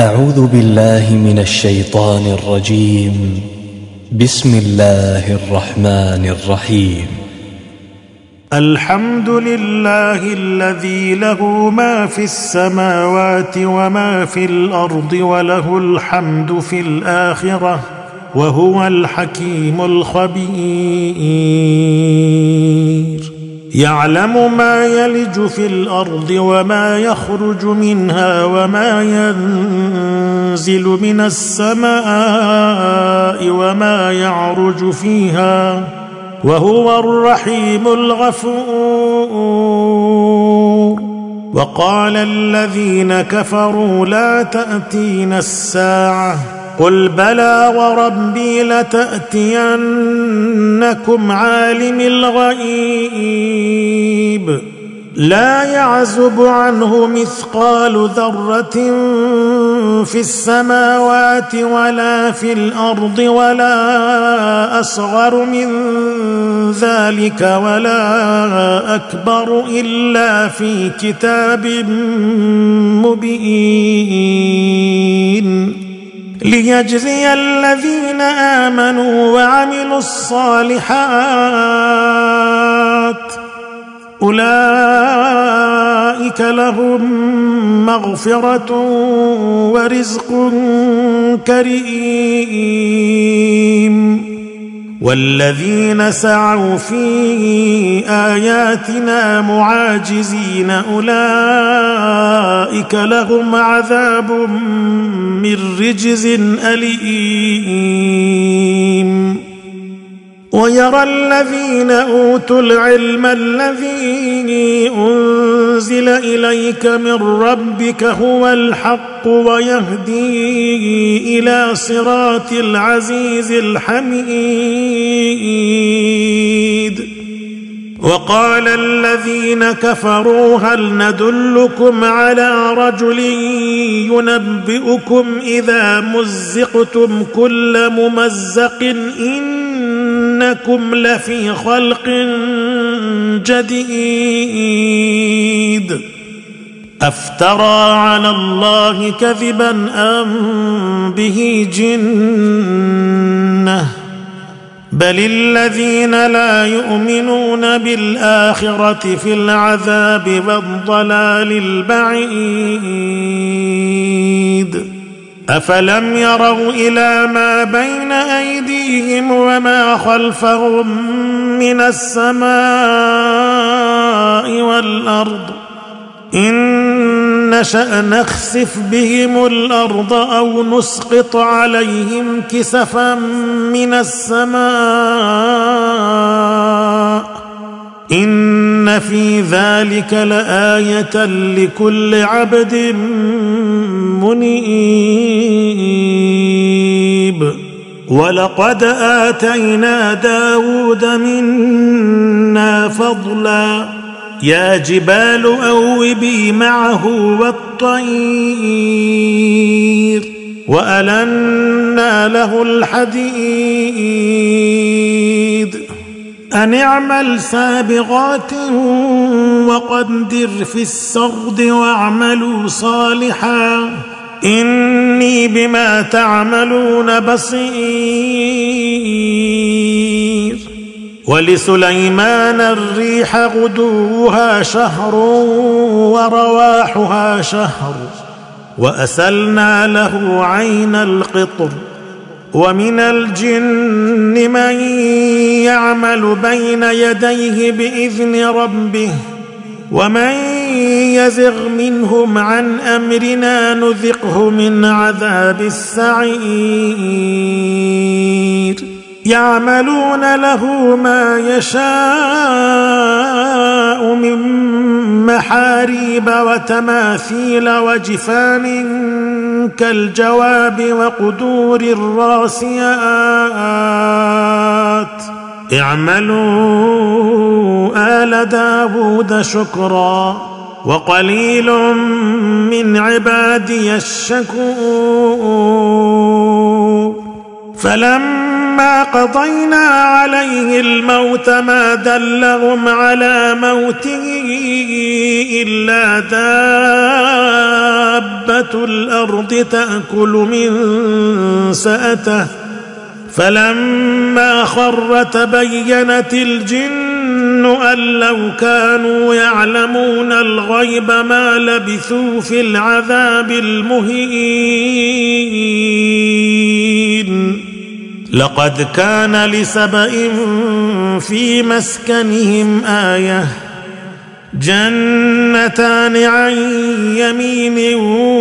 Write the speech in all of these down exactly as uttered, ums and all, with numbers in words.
أعوذ بالله من الشيطان الرجيم. بسم الله الرحمن الرحيم. الحمد لله الذي له ما في السماوات وما في الأرض وله الحمد في الآخرة وهو الحكيم الخبير. يعلم ما يلج في الأرض وما يخرج منها وما ينزل من السماء وما يعرج فيها وهو الرحيم الغفور. وقال الذين كفروا لا تأتينا الساعة قل بلى وربي لتأتينكم عالم الغيب لا يعزب عنه مثقال ذرة في السماوات ولا في الأرض ولا أصغر من ذلك ولا أكبر إلا في كتاب مبين ليجزي الذين آمنوا وعملوا الصالحات أولئك لهم مغفرة ورزق كريم. والذين سعوا في آياتنا معاجزين أولئك لهم عذاب من رجز أليم. ويرى الذين أوتوا العلم الذي أنزل إليك من ربك هو الحق ويهدي إلى صراط العزيز الحميد. وقال الذين كفروا هل ندلكم على رجل ينبئكم إذا مزقتم كل ممزق إنكم لفي خلق جديد أفترى على الله كذبا أم به جنة بل الذين لا يؤمنون بالآخرة في العذاب والضلال البعيد. أفلم يروا إلى ما بين أيديهم وما خلفهم من السماء والأرض إن نشأ نخسف بهم الأرض أو نسقط عليهم كسفا من السماء إن في ذلك لآية لكل عبد منيب. ولقد آتينا داود منا فضلا يا جبال أوبي معه والطير وألنا له الحديد أن اعمل سابغات وقدر في السرد واعملوا صالحا إني بما تعملون بصير. ولسليمان الريح غدوها شهر ورواحها شهر وأسلنا له عين القطر. ومن الجن من يعمل بين يديه بإذن ربه ومن يزغ منهم عن أمرنا نذقه من عذاب السعير. يعملون له ما يشاء من محاريب وتماثيل وجفان كالجواب وقدور الراسيات اعملوا آل داود شكرا وقليل من عبادي الشكور. فلما فلما قضينا عليه الموت ما دلهم على موته إلا دابة الأرض تأكل من سأته فلما خر تبينت الجن أن لو كانوا يعلمون الغيب ما لبثوا في العذاب المهين لقد كان لسبإ في مسكنهم آية جنتان عن يمين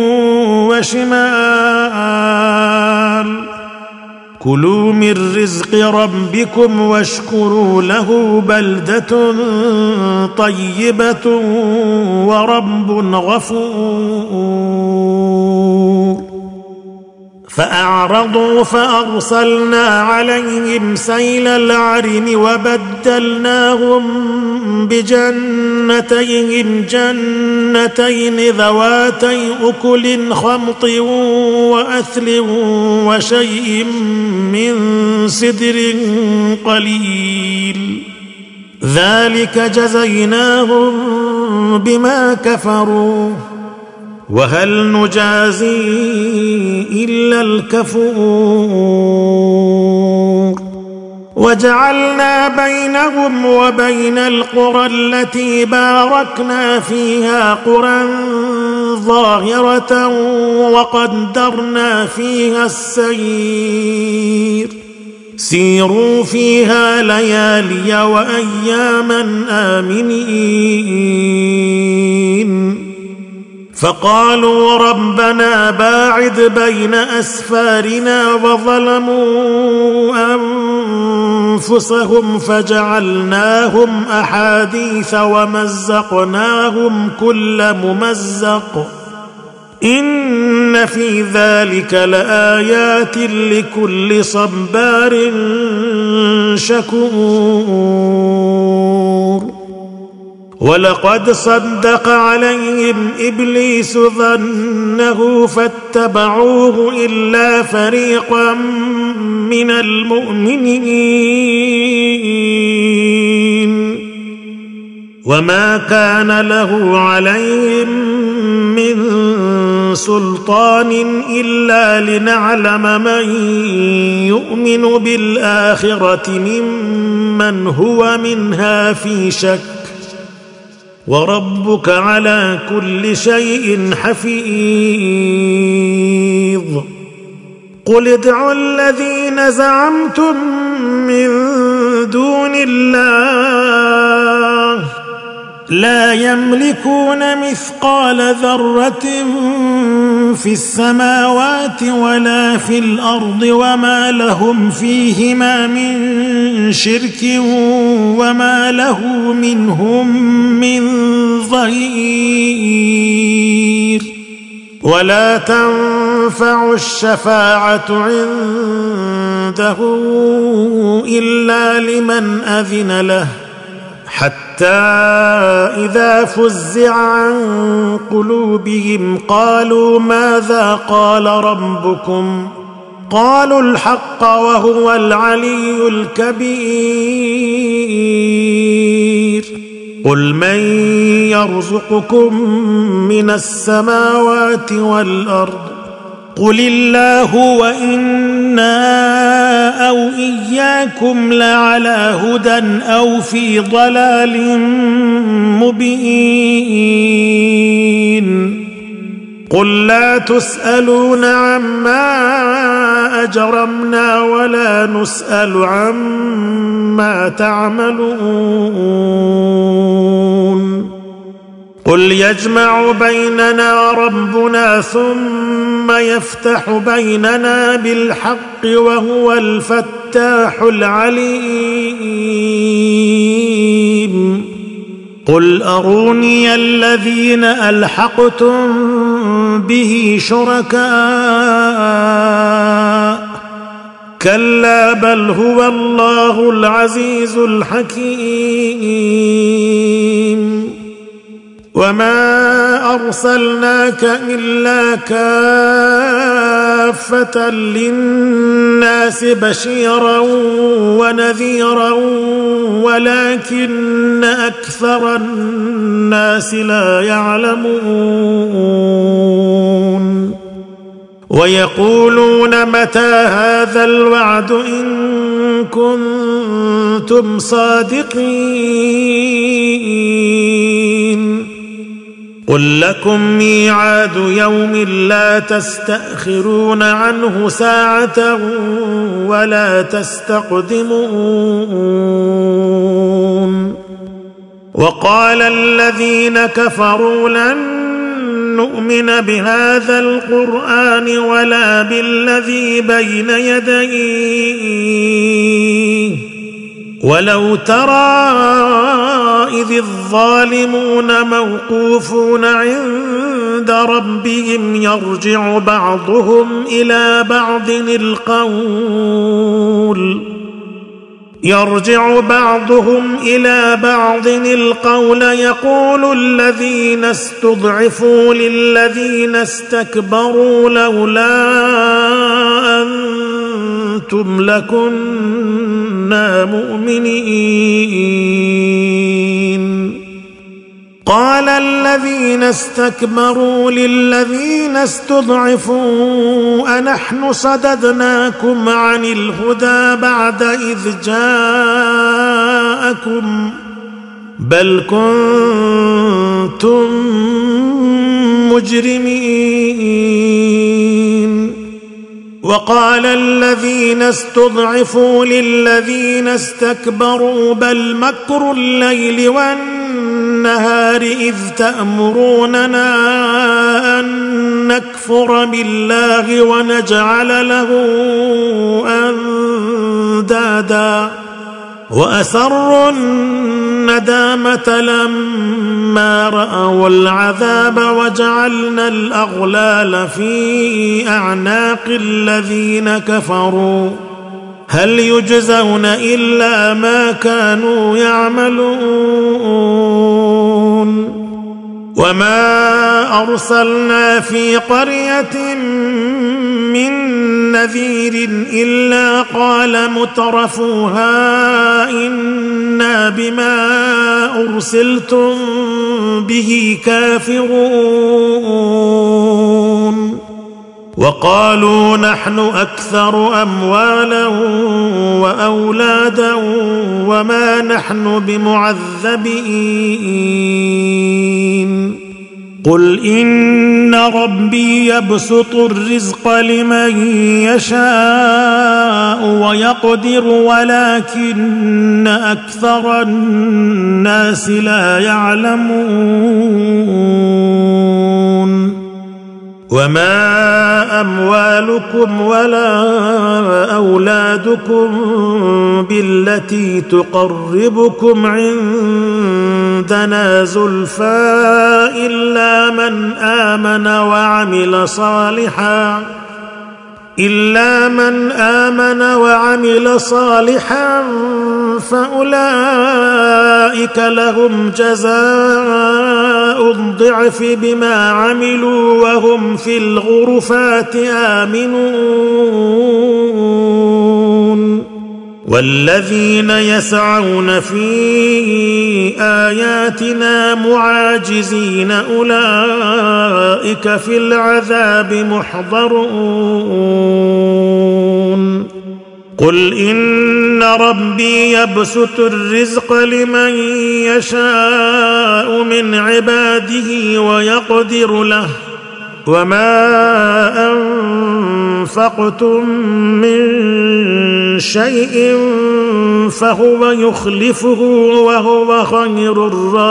وشمال كلوا من رزق ربكم واشكروا له بلدة طيبة ورب غفور فأعرضوا فأرسلنا عليهم سيل العرم وبدلناهم بجنتيهم جنتين ذواتي أكل خمط وأثل وشيء من سدر قليل ذلك جزيناهم بما كفروا وهل نجازي إلا الكفور وجعلنا بينهم وبين القرى التي باركنا فيها قرى ظاهرة وقدرنا فيها السير سيروا فيها ليالي وأياما آمنين فقالوا ربنا باعد بين أسفارنا وظلموا أنفسهم فجعلناهم أحاديث ومزقناهم كل ممزق إن في ذلك لآيات لكل صبار شكور ولقد صدق عليهم إبليس ظنه فاتبعوه إلا فريقا من المؤمنين وما كان له عليهم من سلطان إلا لنعلم من يؤمن بالآخرة ممن هو منها في شك وربك على كل شيء حفيظ قل ادعوا الذين زعمتم من دون الله لا يملكون مثقال ذرة في السماوات ولا في الأرض وما لهم فيهما من شرك وما له منهم من ظهير ولا تنفع الشفاعة عنده إلا لمن أذن له حتى إذا فزع عن قلوبهم قالوا ماذا قال ربكم قالوا الحق وهو العلي الكبير قل من يرزقكم من السماوات والأرض قل الله وإنا أو إياكم لعلى هدى أو في ضلال مبين قل لا تسألون عما أجرمنا ولا نسأل عما تعملون قل يجمع بيننا ربنا ثم يفتح بيننا بالحق وهو الفتاح العليم قل أروني الذين ألحقتم به شركاء كلا بل هو الله العزيز الحكيم وما أرسلناك إلا كافة كافة للناس بشيرا ونذيرا ولكن أكثر الناس لا يعلمون ويقولون متى هذا الوعد إن كنتم صادقين قل لكم ميعاد يوم لا تستأخرون عنه ساعة ولا تستقدمون وقال الذين كفروا لن نؤمن بهذا القرآن ولا بالذي بين يديه ولو ترى إذ الظالمون موقوفون عند ربهم يرجع بعضهم إلى بعض القول يرجع بعضهم إلى بعض القول يقول الذين استضعفوا للذين استكبروا لولا أنتم لكنا مؤمنين قال الذين استكبروا للذين استضعفوا أنحن صددناكم عن الهدى بعد إذ جاءكم بل كنتم مجرمين وقال الذين استضعفوا للذين استكبروا بل مكر الليل والنهار إذ تأمروننا أن نكفر بالله ونجعل له أندادا وأسروا الندامة لما رأوا العذاب وجعلنا الأغلال في أعناق الذين كفروا هل يجزون إلا ما كانوا يعملون وما أرسلنا في قرية من نذير إلا قال مترفوها إنا بما أرسلتم به كافرون وقالوا نحن أكثر أموالا وأولادا وما نحن بمعذبين قل إن ربي يبسط الرزق لمن يشاء ويقدر ولكن أكثر الناس لا يعلمون وما أموالكم ولا أولادكم بالتي تقربكم عندنا زلفى إلا من آمن وعمل صالحا إلا من آمن وعمل صالحا فأولئك لهم جزاء الضعف بما عملوا وهم في الغرفات آمنون والذين يسعون في آياتنا معاجزين أولئك في العذاب محضرون قل إن ربي يبسط الرزق لمن يشاء من عباده ويقدر له وما أنفقتم من شيء فهو يخلفه وهو خير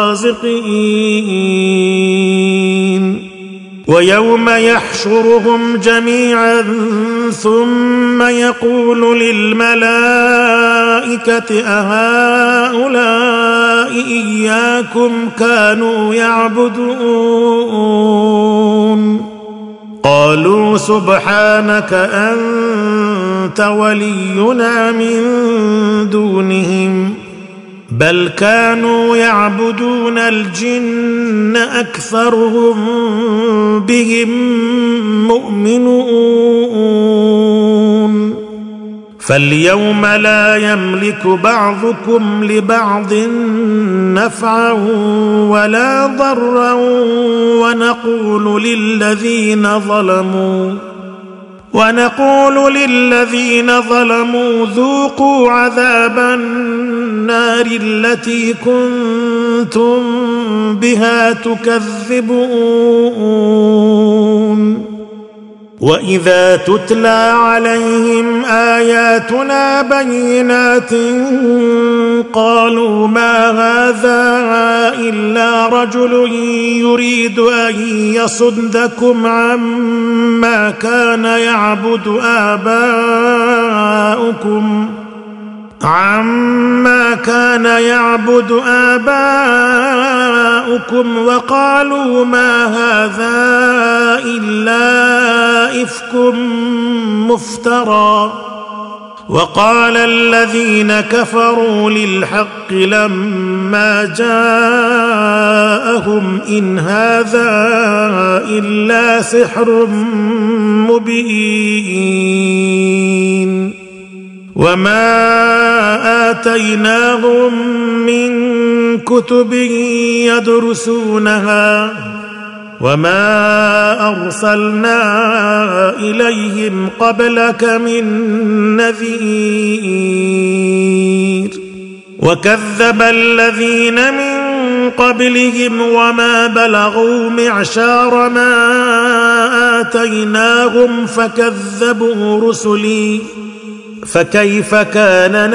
الرازقين ويوم يحشرهم جميعا ثم يقول للملائكة أهؤلاء إياكم كانوا يعبدون قالوا سبحانك أنت ولينا من دونهم بل كانوا يعبدون الجن أكثرهم بهم مؤمنون فاليوم لا يملك بعضكم لبعض نفعا ولا ضرا ونقول للذين ظلموا ونقول للذين ظلموا ذوقوا عذاب النار التي كنتم بها تكذبون وإذا تتلى عليهم آياتنا بينات قالوا ما هذا إلا رجل يريد أن يصدكم عما كان يعبد آباؤكم عما كان يعبد آباؤكم وقالوا ما هذا إلا إفك مفترى وقال الذين كفروا للحق لما جاءهم إن هذا إلا سحر مبين وما آتيناهم من كتب يدرسونها وما أرسلنا إليهم قبلك من نذير وكذب الذين من قبلهم وما بلغوا معشار ما آتيناهم فكذبوا رسلي فكيف كان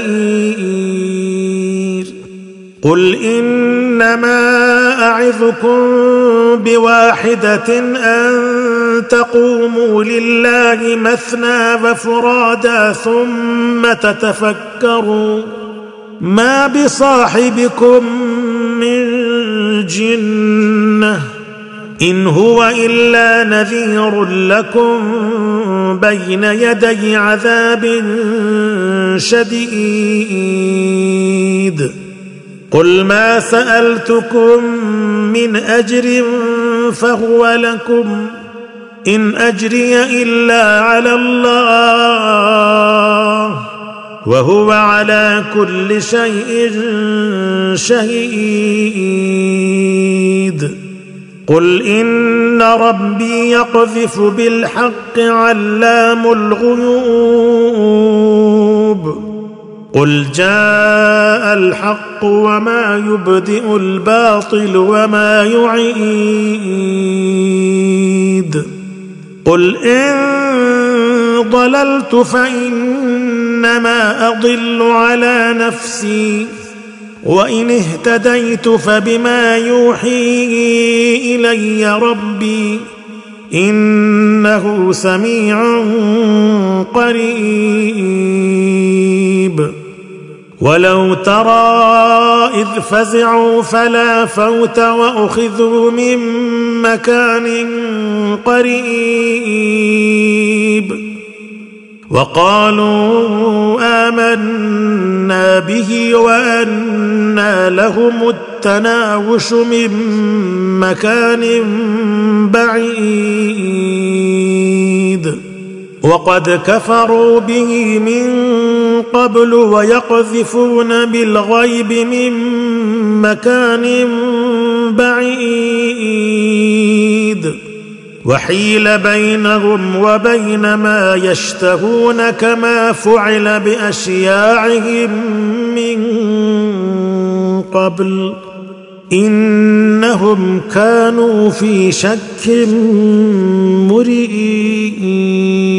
نكير قل إنما أعظكم بواحدة أن تقوموا لله مثنى وفرادا ثم تتفكروا ما بصاحبكم من جنة إن هو إلا نذير لكم بين يدي عذاب شديد قل ما سألتكم من أجر فهو لكم إن أجري إلا على الله وهو على كل شيء شهيد قل إن ربي يقذف بالحق علام الغيوب قل جاء الحق وما يبدئ الباطل وما يعيد قل إن ضللت فإنما أضل على نفسي وإن اهتديت فبما يوحي إلي ربي إنه سميع قريب ولو ترى إذ فزعوا فلا فوت وأخذوا من مكان قريب وقالوا آمنا به وأنى لهم التناوش من مكان بعيد وقد كفروا به من قبل ويقذفون بالغيب من مكان بعيد وحيل بينهم وبين ما يشتهون كما فعل بأشياعهم من قبل إنهم كانوا في شك مريب.